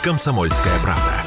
«Комсомольская правда».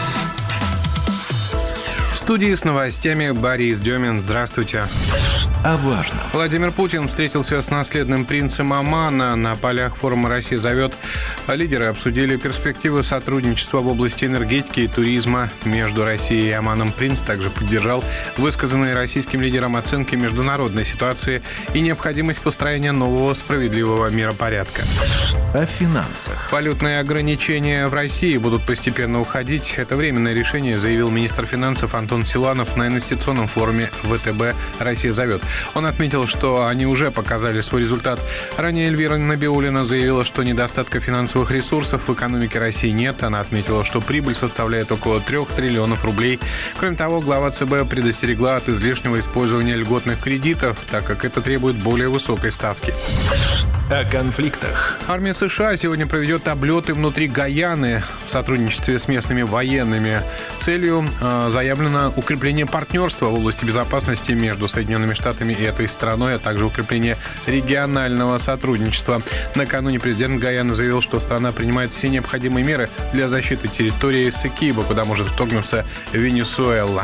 В студии с новостями Борис Демин. Здравствуйте. О важном. Владимир Путин встретился с наследным принцем Омана на полях форума «Россия зовет». Лидеры обсудили перспективы сотрудничества в области энергетики и туризма между Россией и Оманом. Принц также поддержал высказанные российским лидерам оценки международной ситуации и необходимость построения нового справедливого миропорядка. О финансах. Валютные ограничения в России будут постепенно уходить. Это временное решение заявил министр финансов Антон Силанов на инвестиционном форуме ВТБ «Россия зовет». Он отметил, что они уже показали свой результат. Ранее Эльвира Набиуллина заявила, что недостатка финансовых ресурсов в экономике России нет. Она отметила, что прибыль составляет около 3 триллионов рублей. Кроме того, глава ЦБ предостерегла от излишнего использования льготных кредитов, так как это требует более высокой ставки. О конфликтах. Армия США сегодня проведет облеты внутри Гайаны в сотрудничестве с местными военными. Целью заявлено укрепление партнерства в области безопасности между Соединенными Штатами и этой страной, а также укрепление регионального сотрудничества. Накануне президент Гайаны заявил, что страна принимает все необходимые меры для защиты территории Эссекибо, куда может вторгнуться Венесуэла.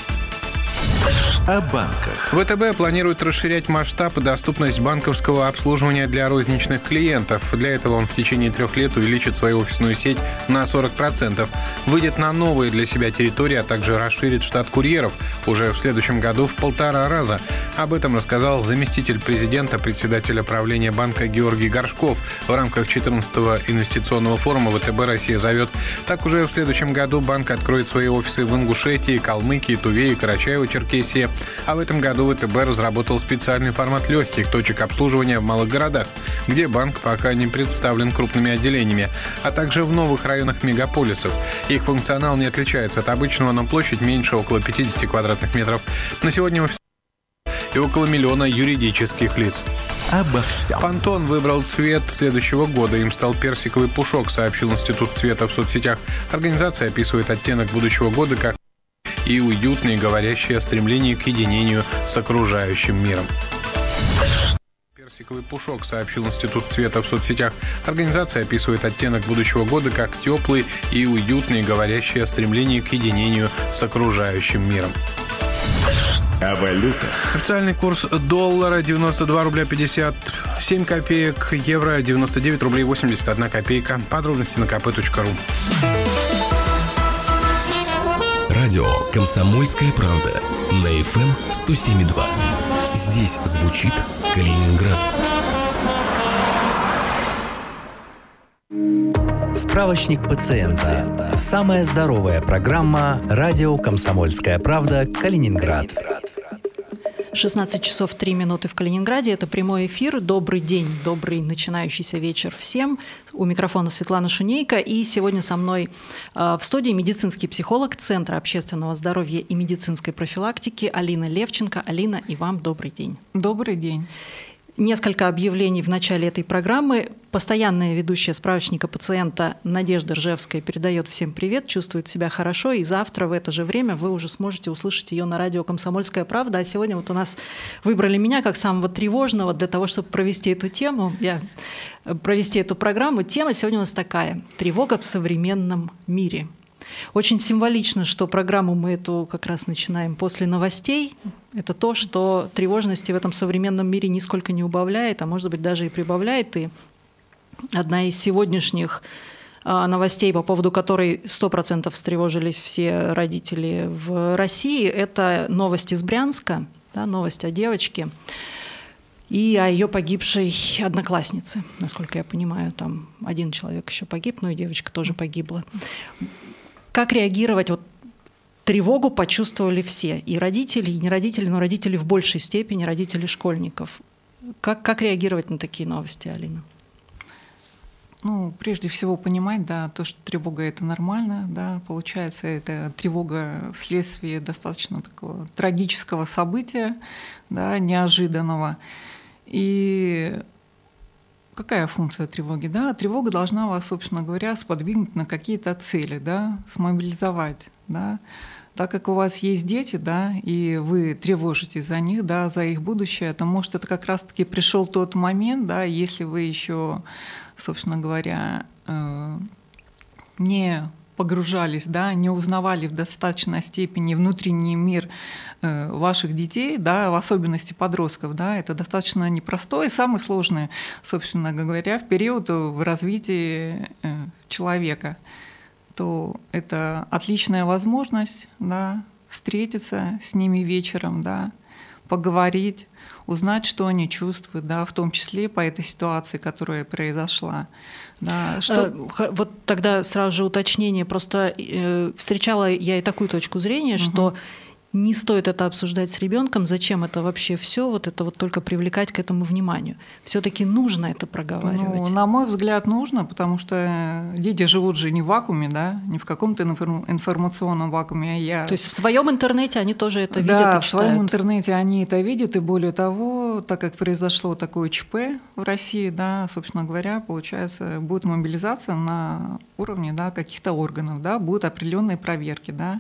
О банках. ВТБ планирует расширять масштаб и доступность банковского обслуживания для розничных клиентов. Для этого он в течение 3 лет увеличит свою офисную сеть на 40%, выйдет на новые для себя территории, а также расширит штат курьеров уже в следующем году в 1,5 раза. Об этом рассказал заместитель президента, председателя правления банка Георгий Горшков в рамках 14-го инвестиционного форума ВТБ «Россия зовет». Так уже в следующем году банк откроет свои офисы в Ингушетии, Калмыкии, Туве и Карачаево-Черкесии. А в этом году ВТБ разработал специальный формат легких точек обслуживания в малых городах, где банк пока не представлен крупными отделениями, а также в новых районах мегаполисов. Их функционал не отличается от обычного, но площадь меньше, около 50 квадратных метров. На сегодня офис и около 1 миллиона юридических лиц. Обо всем. Pantone выбрал цвет следующего года. Им стал персиковый пушок, сообщил Институт цвета в соцсетях. Организация описывает оттенок будущего года как и уютный, говорящий о стремлении к единению с окружающим миром. Персиковый пушок, сообщил Институт цвета в соцсетях. Организация описывает оттенок будущего года как теплый и уютный, говорящий о стремлении к единению с окружающим миром. О валютах. Официальный курс доллара 92 рубля 57 копеек, евро 99 рублей 81 копейка. Подробности на kp.ru. Радио «Комсомольская правда» на FM 107,2. Здесь звучит Калининград. Справочник пациента. Самая здоровая программа «Радио «Комсомольская правда» Калининград». 16 часов 3 минуты в Калининграде. Это прямой эфир. Добрый день, добрый начинающийся вечер всем. У микрофона Светлана Шунейко. И сегодня со мной в студии медицинский психолог Центра общественного здоровья и медицинской профилактики Алина Левченко. Алина, и вам добрый день. Добрый день. Несколько объявлений в начале этой программы. Постоянная ведущая справочника пациента Надежда Ржевская передает всем привет, чувствует себя хорошо, и завтра в это же время вы уже сможете услышать ее на радио «Комсомольская правда». А сегодня вот у нас выбрали меня как самого тревожного для того, чтобы провести эту программу. Тема сегодня у нас такая: «Тревога в современном мире». Очень символично, что программу мы эту как раз начинаем после новостей. Это то, что тревожности в этом современном мире нисколько не убавляет, а может быть даже и прибавляет. И одна из сегодняшних новостей, по поводу которой 100% встревожились все родители в России, это новость из Брянска, новость о девочке и о ее погибшей однокласснице. Насколько я понимаю, там один человек еще погиб, но и девочка тоже погибла. Как реагировать? Вот тревогу почувствовали все, и родители, и не родители, но родители в большей степени, родители школьников. Как реагировать на такие новости, Алина? Прежде всего понимать, то, что тревога — это нормально, получается, это тревога вследствие достаточно такого трагического события, неожиданного. И какая функция тревоги? Тревога должна вас, собственно говоря, сподвигнуть на какие-то цели, смобилизовать, Так как у вас есть дети, и вы тревожитесь за них, за их будущее, то, может, это как раз-таки пришел тот момент, если вы еще, собственно говоря, не погружались, да, не узнавали в достаточной степени внутренний мир ваших детей, да, в особенности подростков, да, это достаточно непростой и самый сложный, собственно говоря, в период в развитии человека, то это отличная возможность, да, встретиться с ними вечером, да, поговорить, узнать, что они чувствуют, да, в том числе по этой ситуации, которая произошла. Да, Вот тогда сразу же уточнение. Просто встречала я и такую точку зрения, что не стоит это обсуждать с ребенком, зачем это вообще все, вот это вот только привлекать к этому вниманию. Все-таки нужно это проговаривать. Ну, на мой взгляд, нужно, потому что дети живут же не в вакууме, да, не в каком-то информационном вакууме. То есть в своем интернете они тоже это видят и читают? Да, в своем интернете они это видят, и более того, так как произошло такое ЧП в России, да, собственно говоря, получается, будет мобилизация на уровне, да, каких-то органов, да, будут определенные проверки, да,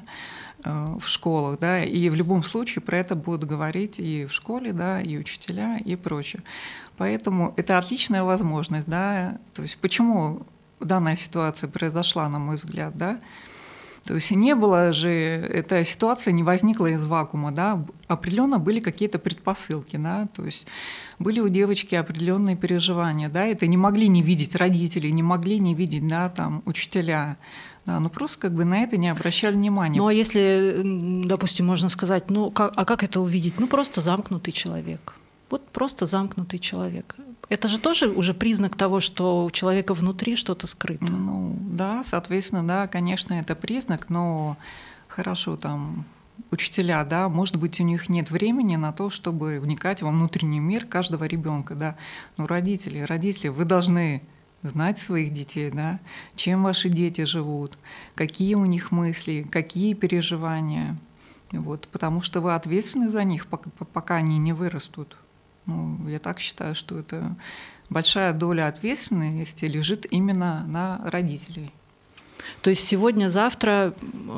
в школах, да, и в любом случае про это будут говорить и в школе, да, и учителя, и прочее. Поэтому это отличная возможность, да, то есть почему данная ситуация произошла, на мой взгляд, да, то есть не было же, эта ситуация не возникла из вакуума, да, определенно были какие-то предпосылки, да, то есть были у девочки определенные переживания, да, это не могли не видеть родители, не могли не видеть, да, там, учителя. Да, ну просто как бы на это не обращали внимания. Ну а если, допустим, можно сказать, ну как это увидеть? Ну просто замкнутый человек. Вот просто замкнутый человек. Это же тоже уже признак того, что у человека внутри что-то скрыто. Ну да, соответственно, да, конечно, это признак, но хорошо там учителя, да, может быть, у них нет времени на то, чтобы вникать во внутренний мир каждого ребенка, да. Но родители, вы должны знать своих детей, да, чем ваши дети живут, какие у них мысли, какие переживания, вот, потому что вы ответственны за них, пока они не вырастут. Ну, я так считаю, что это большая доля ответственности лежит именно на родителей. То есть сегодня-завтра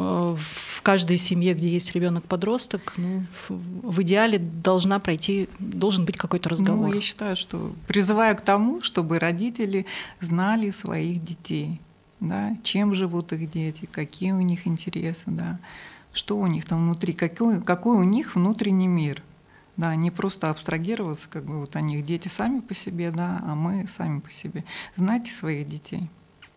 в каждой семье, где есть ребенок-подросток, ну, в идеале должен быть какой-то разговор. Ну, я считаю, что призываю к тому, чтобы родители знали своих детей, да, чем живут их дети, какие у них интересы, да, что у них там внутри, какой у них внутренний мир. Да, не просто абстрагироваться, как бы вот они дети сами по себе, да, а мы сами по себе. Знайте своих детей.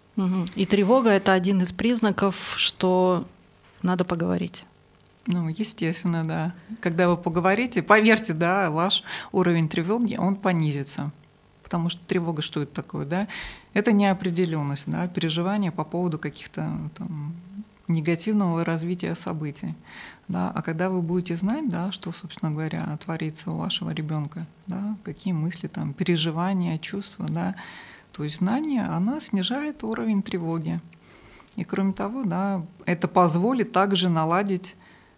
И тревога — это один из признаков, что надо поговорить. Ну, естественно, да. Когда вы поговорите, поверьте, да, ваш уровень тревоги, он понизится. Потому что тревога, что это такое, да? Это неопределенность, да, переживания по поводу каких-то там негативного развития событий. Да? А когда вы будете знать, да, что, собственно говоря, творится у вашего ребенка, да, какие мысли, там, переживания, чувства, да, то есть знание, оно снижает уровень тревоги. И кроме того, да, это позволит также наладить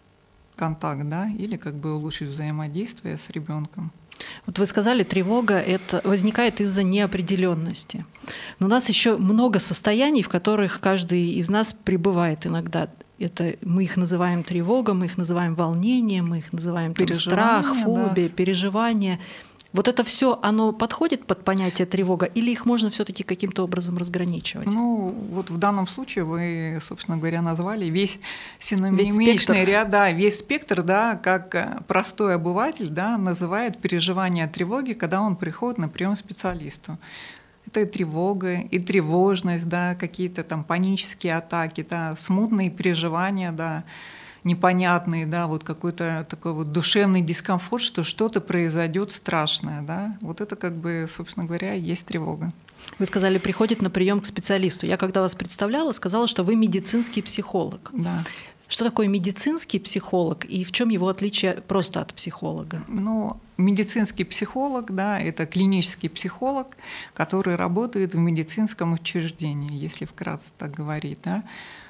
контакт, да, или как бы улучшить взаимодействие с ребенком. Вот вы сказали, тревога это возникает из-за неопределенности. Но у нас еще много состояний, в которых каждый из нас пребывает иногда. Это мы их называем тревога, мы их называем волнением, мы их называем там, страх, фобия, да, переживания. Вот это все, оно подходит под понятие тревога, или их можно все-таки каким-то образом разграничивать? Ну, вот в данном случае вы, собственно говоря, назвали весь синонимичный ряд, да, весь спектр, да, как простой обыватель, да, называет переживание тревоги, когда он приходит на прием к специалисту. Это и тревога, и тревожность, да, какие-то там панические атаки, да, смутные переживания, да, непонятный, да, вот какой-то такой вот душевный дискомфорт, что что-то произойдет страшное, да, вот это как бы, собственно говоря, есть тревога. Вы сказали, приходит на прием к специалисту. Я когда вас представляла, сказала, что вы медицинский психолог. Да. Что такое медицинский психолог и в чем его отличие просто от психолога? Ну, медицинский психолог, да, это клинический психолог, который работает в медицинском учреждении, если вкратце так говорить, да.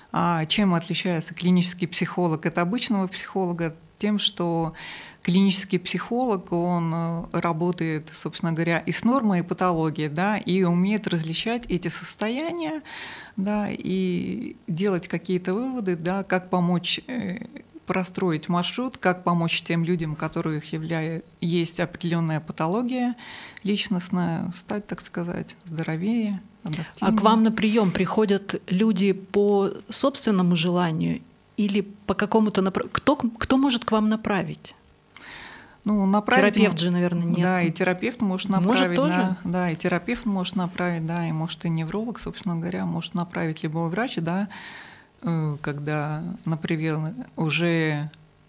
А чем отличается клинический психолог от обычного психолога? Тем, что клинический психолог, он работает, собственно говоря, и с нормой, и патологией, да, и умеет различать эти состояния, да, и делать какие-то выводы, да, как помочь простроить маршрут, как помочь тем людям, у которых есть определенная патология личностная, стать, так сказать, здоровее адаптивнее. А к вам на прием приходят люди по собственному желанию или по какому-то кто может к вам направить? Направить... Терапевт же, наверное, нет. Да, и терапевт может направить. Может тоже? Да, и терапевт может направить, да, и может и невролог, собственно говоря, может направить любой врач, да, когда, например, уже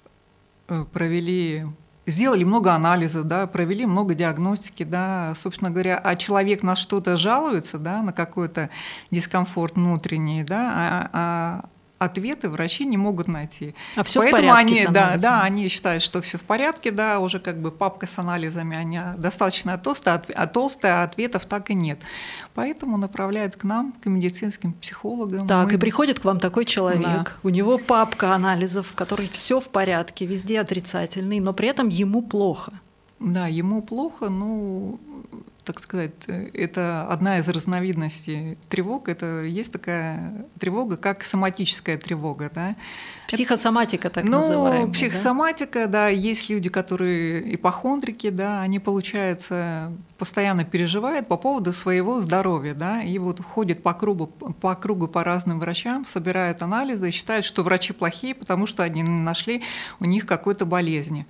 сделали много анализов, да, провели много диагностики, да, собственно говоря, а человек на что-то жалуется, да, на какой-то дискомфорт внутренний, да, а ответы врачи не могут найти. А все Поэтому в порядке они, с анализом. они считают, что все в порядке, да, уже как бы папка с анализами, они достаточно толстая, а ответов так и нет. Поэтому направляют к нам, к медицинским психологам. Так, и приходит к вам такой человек, Да. у него папка анализов, в которой все в порядке, везде отрицательный, но при этом ему плохо. Да, ему плохо, так сказать, это одна из разновидностей тревог. Это есть такая тревога, как соматическая тревога. Да? Психосоматика так называемая. Психосоматика, да, есть люди, которые ипохондрики, да, они, получается, постоянно переживают по поводу своего здоровья, да, и вот ходят по кругу по разным врачам, собирают анализы и считают, что врачи плохие, потому что они нашли у них какой-то болезни.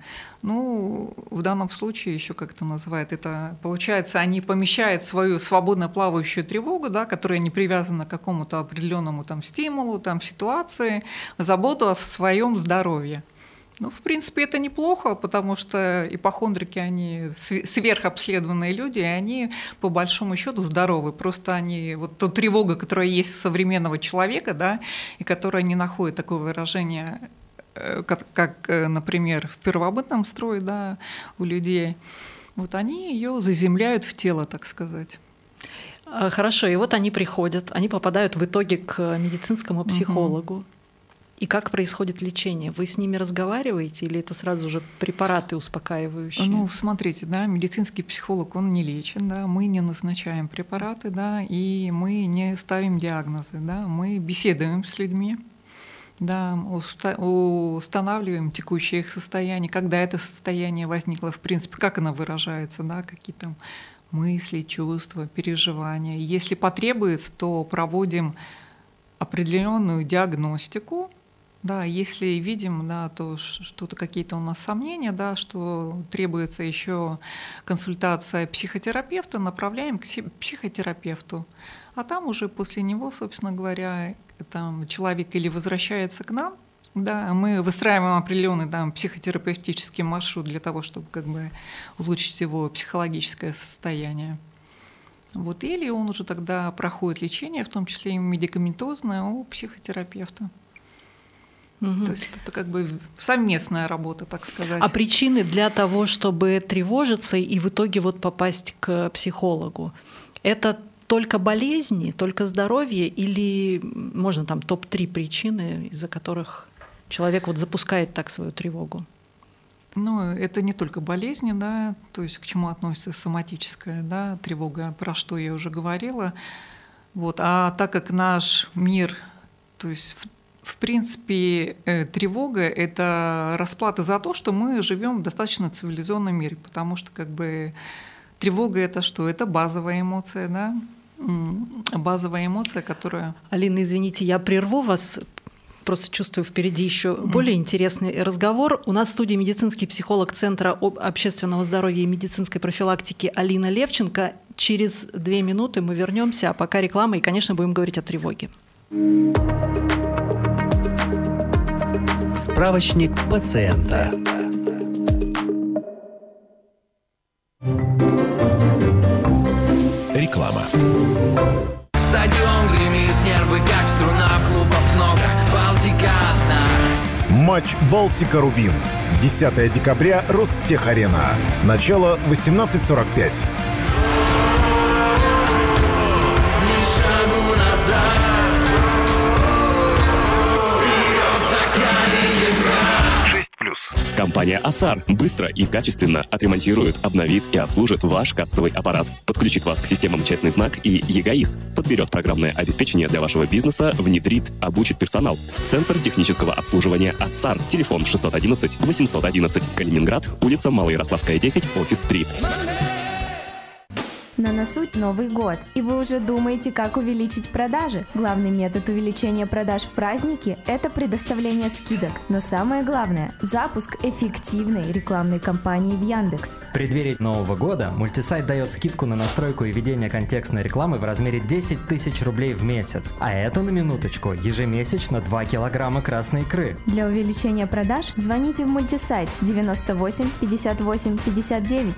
В данном случае еще как это называют, это получается, они помещают свою свободно плавающую тревогу, да, которая не привязана к какому-то определенному там стимулу, там ситуации, заботу о своем здоровье. В принципе, это неплохо, потому что ипохондрики, они сверхобследованные люди, и они, по большому счету, здоровы. Просто они, вот та тревога, которая есть у современного человека, да, и которая не находит такое выражение, как, например, в первобытном строе, да, у людей, вот они ее заземляют в тело, так сказать. Хорошо, и вот они приходят, они попадают в итоге к медицинскому психологу. И как происходит лечение? Вы с ними разговариваете или это сразу же препараты успокаивающие? Смотрите, да, медицинский психолог, он не лечит, да, мы не назначаем препараты, да, и мы не ставим диагнозы, да, мы беседуем с людьми, да, устанавливаем текущее их состояние, когда это состояние возникло, в принципе, как оно выражается, да, какие там мысли, чувства, переживания. Если потребуется, то проводим определенную диагностику. Да, если видим, да, то что-то какие-то у нас сомнения, да, что требуется еще консультация психотерапевта, направляем к психотерапевту. А там уже после него, собственно говоря, там человек или возвращается к нам, да, мы выстраиваем определенный там психотерапевтический маршрут для того, чтобы как бы улучшить его психологическое состояние. Вот, или он уже тогда проходит лечение, в том числе и медикаментозное, у психотерапевта. То есть это как бы совместная работа, так сказать. А причины для того, чтобы тревожиться и в итоге вот попасть к психологу, это только болезни, только здоровье или можно там топ-3 причины, из-за которых человек вот запускает так свою тревогу? Это не только болезни, да, то есть к чему относится соматическая, да, тревога, про что я уже говорила. Вот, а так как наш мир, то есть в принципе, тревога — это расплата за то, что мы живем в достаточно цивилизованном мире, потому что как бы тревога — это что? Это базовая эмоция, да? Базовая эмоция, которая... Алина, извините, я прерву вас. Просто чувствую впереди еще более интересный разговор. У нас в студии медицинский психолог Центра общественного здоровья и медицинской профилактики Алина Левченко. Через 2 минуты мы вернемся, а пока реклама, и, конечно, будем говорить о тревоге. Справочник пациента. Реклама. Стадион гремит, нервы как струна, клубов много, Балтика одна. Матч «Балтика-Рубин». 10 декабря, Ростех-Арена. Начало 18:45. Ни шагу назад. Вперед за Калининград. 6+. Компания «Асар» быстро и качественно отремонтирует, обновит и обслужит ваш кассовый аппарат, подключит вас к системам «Честный знак» и ЕГАИС, подберет программное обеспечение для вашего бизнеса, внедрит, обучит персонал. Центр технического обслуживания «Асар». Телефон 611 811. Калининград, улица Малоярославская, 10, офис 3. На носу Новый год, и вы уже думаете, как увеличить продажи? Главный метод увеличения продаж в праздники – это предоставление скидок. Но самое главное – запуск эффективной рекламной кампании в Яндекс. В преддверии Нового года мультисайт дает скидку на настройку и ведение контекстной рекламы в размере 10 тысяч рублей в месяц. А это, на минуточку, ежемесячно 2 килограмма красной икры. Для увеличения продаж звоните в мультисайт 98 58 59.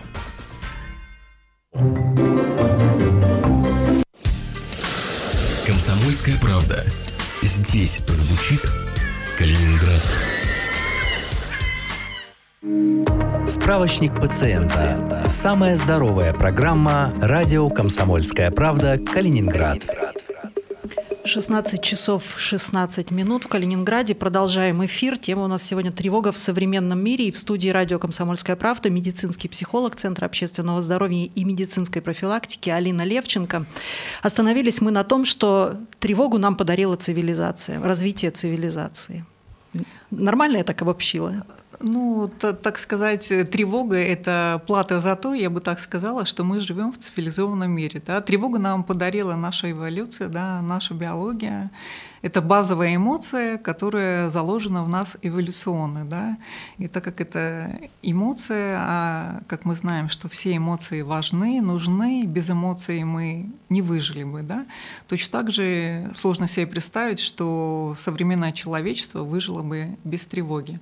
«Комсомольская правда». Здесь звучит Калининград. Справочник пациента. Самая здоровая программа «Радио Комсомольская правда. Калининград». 16 часов 16 минут в Калининграде. Продолжаем эфир. Тема у нас сегодня «Тревога в современном мире». И в студии радио «Комсомольская правда» медицинский психолог Центра общественного здоровья и медицинской профилактики Алина Левченко. Остановились мы на том, что тревогу нам подарила цивилизация, развитие цивилизации. Нормально я так обобщила? Ну, так сказать, тревога – это плата за то, я бы так сказала, что мы живем в цивилизованном мире. Да? Тревога нам подарила наша эволюция, да, наша биология. Это базовая эмоция, которая заложена в нас эволюционно. Да? И так как это эмоция, а как мы знаем, что все эмоции важны, нужны, без эмоций мы не выжили бы. Да? Точно так же сложно себе представить, что современное человечество выжило бы без тревоги.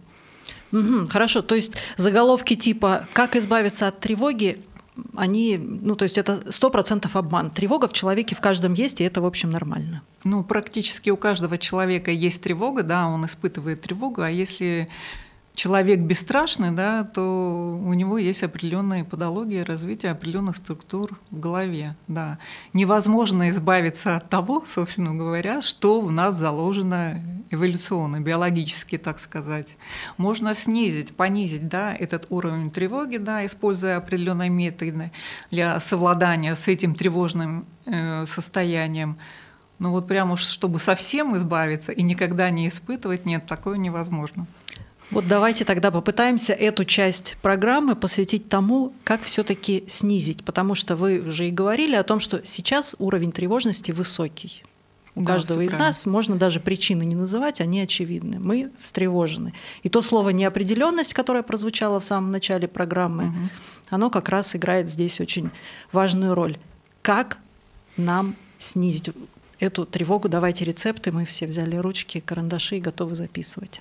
Хорошо, то есть заголовки типа «Как избавиться от тревоги», они, то есть это 100% обман. Тревога в человеке в каждом есть, и это, в общем, нормально. Ну, практически у каждого человека есть тревога, да, он испытывает тревогу, а если человек бесстрашный, да, то у него есть определенные патологии развития определенных структур в голове. Да. Невозможно избавиться от того, собственно говоря, что в нас заложено эволюционно, биологически, так сказать. Можно снизить, понизить, да, этот уровень тревоги, да, используя определенные методы для совладания с этим тревожным состоянием. Но вот прямо чтобы совсем избавиться и никогда не испытывать, нет, такое невозможно. Вот давайте тогда попытаемся эту часть программы посвятить тому, как все-таки снизить, потому что вы уже и говорили о том, что сейчас уровень тревожности высокий. У каждого из нас можно даже причины не называть, они очевидны. Мы встревожены. И то слово «неопределенность», которое прозвучало в самом начале программы, оно как раз играет здесь очень важную роль. Как нам снизить эту тревогу? Давайте рецепты. Мы все взяли ручки, карандаши и готовы записывать.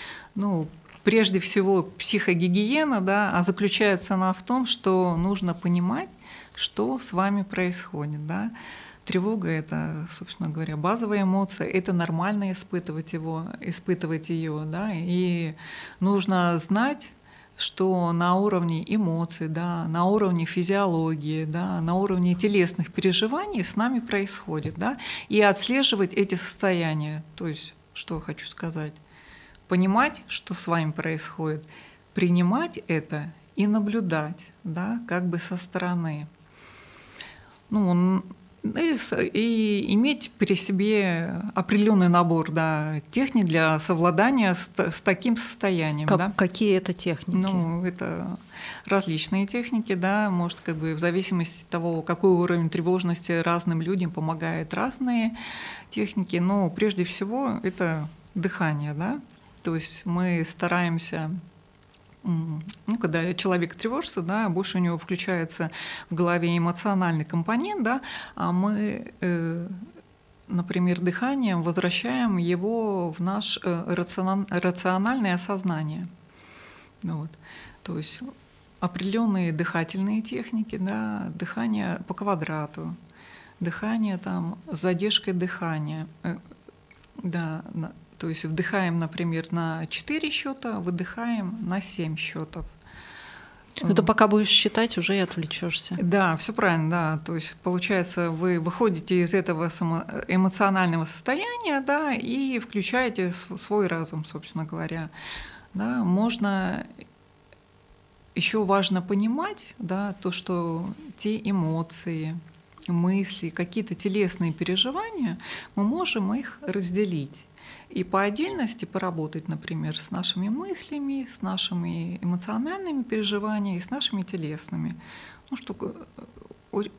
Ну, прежде всего, психогигиена, да, а заключается она в том, что нужно понимать, что с вами происходит. Да. Тревога – это, собственно говоря, базовая эмоция, это нормально испытывать ее, да, и нужно знать, что на уровне эмоций, да, на уровне физиологии, да, на уровне телесных переживаний с нами происходит, да, и отслеживать эти состояния. То есть, что хочу сказать? Понимать, что с вами происходит, принимать это и наблюдать, да, как бы со стороны. Ну, и иметь при себе определенный набор, да, техник для совладания с таким состоянием. Да. Какие это техники? Ну, это различные техники, да, может, как бы в зависимости от того, какой уровень тревожности разным людям помогают разные техники, но прежде всего это дыхание, да, то есть мы стараемся. Ну, когда человек тревожится, да, больше у него включается в голове эмоциональный компонент, да, а мы, например, дыханием возвращаем его в наш рациональное сознание. Вот. То есть определенные дыхательные техники, да, дыхание по квадрату, дыхание там, с задержкой дыхания, да, то есть вдыхаем, например, на 4 счета, выдыхаем на 7 счетов. Это пока будешь считать, уже и отвлечешься. Да, все правильно, да. То есть, получается, вы выходите из этого эмоционального состояния, да, и включаете свой разум, собственно говоря. Да, можно еще важно понимать, да, то, что те эмоции, мысли, какие-то телесные переживания, мы можем их разделить. И по отдельности поработать, например, с нашими мыслями, с нашими эмоциональными переживаниями, с нашими телесными. Ну, что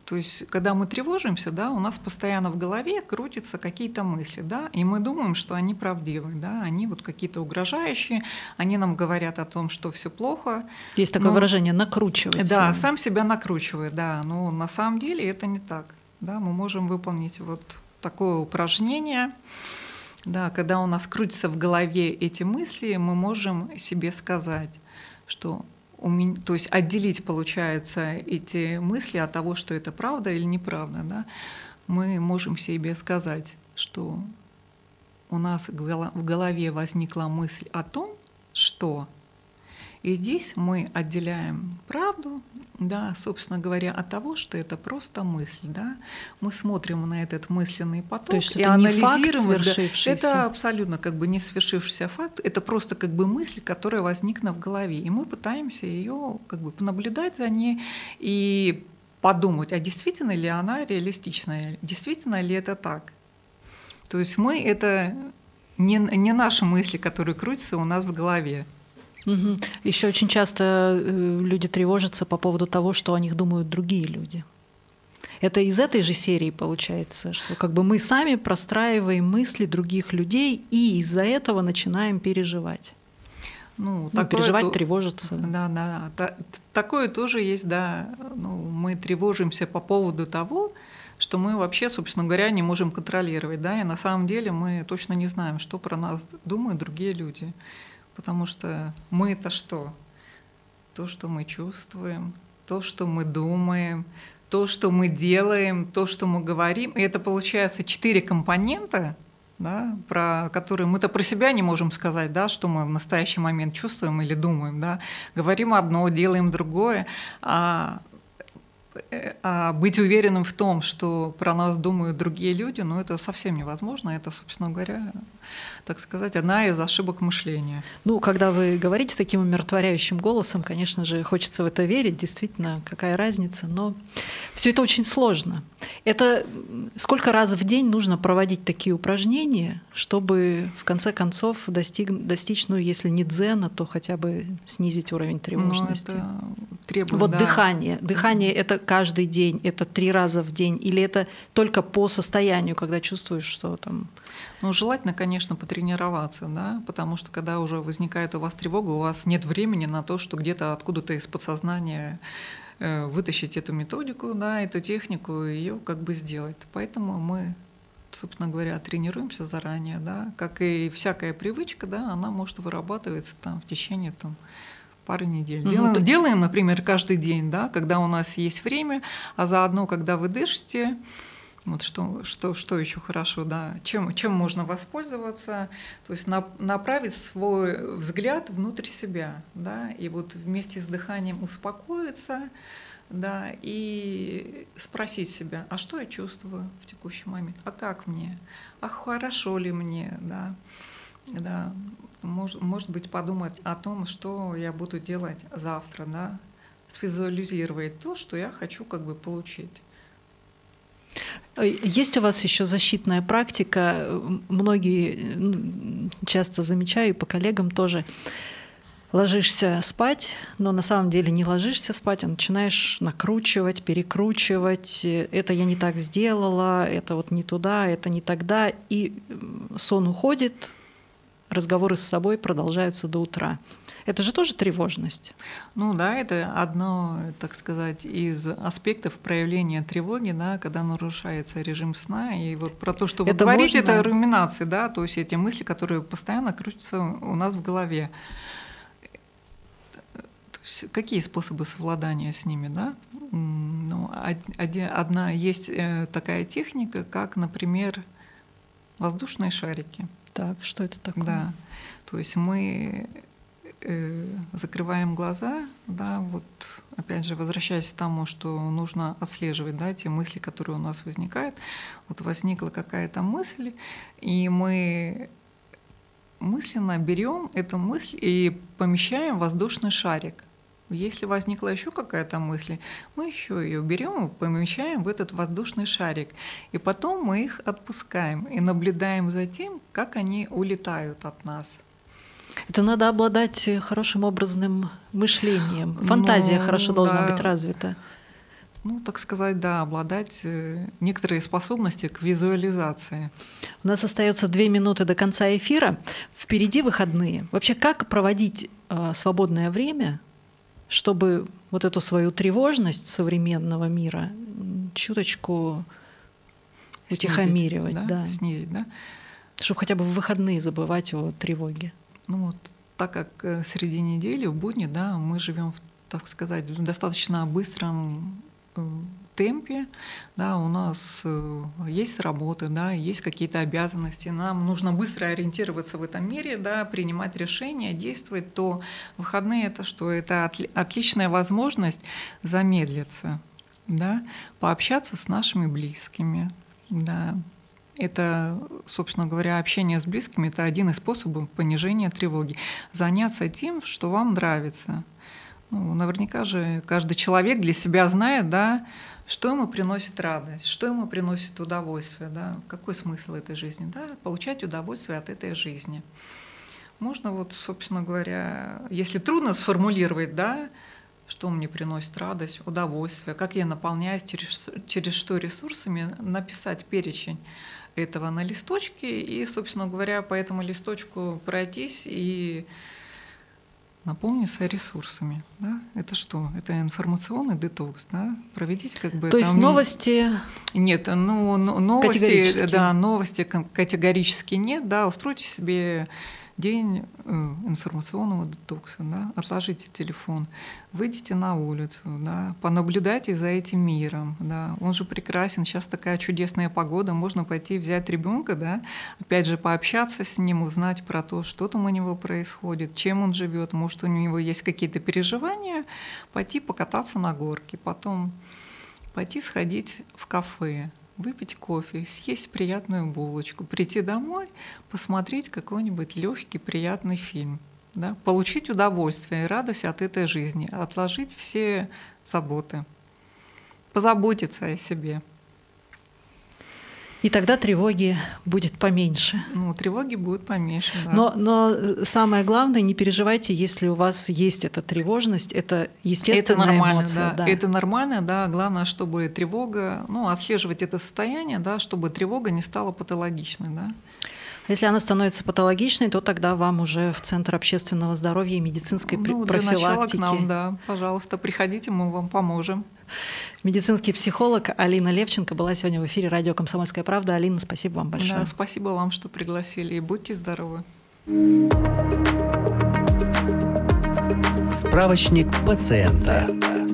То есть, когда мы тревожимся, да, у нас постоянно в голове крутятся какие-то мысли, да, и мы думаем, что они правдивы, да, они вот какие-то угрожающие, они нам говорят о том, что все плохо. Есть такое выражение «накручивать». Да, сам себя накручивает, да, но на самом деле это не так. Да, мы можем выполнить вот такое упражнение, да, когда у нас крутятся в голове эти мысли, мы можем себе сказать, что то есть отделить, получается, эти мысли от того, что это правда или неправда. Да? Мы можем себе сказать, что у нас в голове возникла мысль о том, что... И здесь мы отделяем правду, да, собственно говоря, от того, что это просто мысль. Да? Мы смотрим на этот мысленный поток, то есть и это анализируем. Не факт свершившийся. Это абсолютно как бы не свершившийся факт, это просто как бы мысль, которая возникла в голове. И мы пытаемся ее как бы понаблюдать за ней и подумать, а действительно ли она реалистичная, действительно ли это так. То есть мы это не наши мысли, которые крутятся у нас в голове. Угу. Еще очень часто люди тревожатся по поводу того, что о них думают другие люди. Это из этой же серии получается, что как бы мы сами простраиваем мысли других людей и из-за этого начинаем переживать. Переживать, тревожиться. Да. Такое тоже есть, да. Мы тревожимся по поводу того, что мы вообще, собственно говоря, не можем контролировать. Да? И на самом деле мы точно не знаем, что про нас думают другие люди. Потому что мы — это что? То, что мы чувствуем, то, что мы думаем, то, что мы делаем, то, что мы говорим. И это получается 4 компонента, да, про которые мы-то про себя не можем сказать, да, что мы в настоящий момент чувствуем или думаем. Да. Говорим одно, делаем другое. А быть уверенным в том, что про нас думают другие люди, это совсем невозможно. Это, собственно говоря, так сказать, одна из ошибок мышления. Когда вы говорите таким умиротворяющим голосом, конечно же, хочется в это верить, действительно, какая разница, но все это очень сложно. Это сколько раз в день нужно проводить такие упражнения, чтобы в конце концов достичь, если не дзена, то хотя бы снизить уровень тревожности? Это требует, дыхание. Дыхание — это каждый день, это 3 раза в день, или это только по состоянию, когда чувствуешь, что там... Желательно, конечно, потренироваться, да, потому что когда уже возникает у вас тревога, у вас нет времени на то, что где-то откуда-то из подсознания вытащить эту методику, да, эту технику и ее как бы сделать. Поэтому мы, собственно говоря, тренируемся заранее, да, как и всякая привычка, да, она может вырабатываться в течение пары недель. Делаем, например, каждый день, да, когда у нас есть время, а заодно, когда вы дышите. Вот что еще хорошо, да, чем можно воспользоваться, то есть направить свой взгляд внутрь себя, да, и вот вместе с дыханием успокоиться, да, и спросить себя, а что я чувствую в текущий момент, а как мне, а хорошо ли мне, да, может быть, подумать о том, что я буду делать завтра, да, свизуализировать то, что я хочу как бы получить. Есть у вас еще защитная практика? Многие, часто замечаю, и по коллегам тоже, ложишься спать, но на самом деле не ложишься спать, а начинаешь накручивать, перекручивать. Это я не так сделала, это вот не туда, это не тогда. И сон уходит, разговоры с собой продолжаются до утра. Это же тоже тревожность. Это одно, так сказать, из аспектов проявления тревоги, да, когда нарушается режим сна. И вот про то, что вы говорите, это руминации, да, то есть эти мысли, которые постоянно крутятся у нас в голове. То есть какие способы совладания с ними, да? Одна есть такая техника, как, например, воздушные шарики. Так, что это такое? Да, то есть мы закрываем глаза, да, вот опять же, возвращаясь к тому, что нужно отслеживать, да, те мысли, которые у нас возникают. Вот возникла какая-то мысль, и мы мысленно берем эту мысль и помещаем в воздушный шарик. Если возникла еще какая-то мысль, мы еще ее берем и помещаем в этот воздушный шарик. И потом мы их отпускаем и наблюдаем за тем, как они улетают от нас. Это надо обладать хорошим образным мышлением. Фантазия хорошо должна быть развита. так сказать, да, обладать некоторые способности к визуализации. У нас остается 2 минуты до конца эфира. Впереди выходные. Вообще, как проводить свободное время, чтобы вот эту свою тревожность современного мира чуточку утихомиривать? Снизить, да? Чтобы хотя бы в выходные забывать о тревоге. Так как среди недели, в будни, да, мы живем, так сказать, в достаточно быстром темпе, да, у нас есть работы, да, есть какие-то обязанности, нам нужно быстро ориентироваться в этом мире, да, принимать решения, действовать, то выходные это что? Это отличная возможность замедлиться, да, пообщаться с нашими близкими, да. Это, собственно говоря, общение с близкими — это один из способов понижения тревоги. Заняться тем, что вам нравится. Наверняка же каждый человек для себя знает, да, что ему приносит радость, что ему приносит удовольствие, да, какой смысл этой жизни, да, получать удовольствие от этой жизни. Можно собственно говоря, если трудно сформулировать, да, что мне приносит радость, удовольствие, как я наполняюсь, через что ресурсами, написать перечень этого на листочке и, собственно говоря, по этому листочку пройтись и наполниться ресурсами. Да? Это что? Это информационный детокс. Да? Проведите То есть новости? Нет, новости, да, новости категорически нет. Да, устройте себе день информационного детокса, да? Отложите телефон, выйдите на улицу, да? Понаблюдайте за этим миром. Да? Он же прекрасен, сейчас такая чудесная погода, можно пойти взять ребенка, да? Опять же пообщаться с ним, узнать про то, что там у него происходит, чем он живет, может у него есть какие-то переживания, пойти покататься на горке, потом пойти сходить в кафе, выпить кофе, съесть приятную булочку, прийти домой, посмотреть какой-нибудь легкий, приятный фильм, да? Получить удовольствие и радость от этой жизни, отложить все заботы, позаботиться о себе. И тогда тревоги будет поменьше. Тревоги будет поменьше, да. Но самое главное, не переживайте, если у вас есть эта тревожность, это естественная эмоция. Да. Это нормально, да. Главное, чтобы тревога, отслеживать это состояние, да, чтобы тревога не стала патологичной, да. Если она становится патологичной, то тогда вам уже в Центр общественного здоровья и медицинской профилактики. Для начала к нам, да. Пожалуйста, приходите, мы вам поможем. Медицинский психолог Алина Левченко была сегодня в эфире радио «Комсомольская правда». Алина, спасибо вам большое. Да, спасибо вам, что пригласили, и будьте здоровы. Справочник пациента.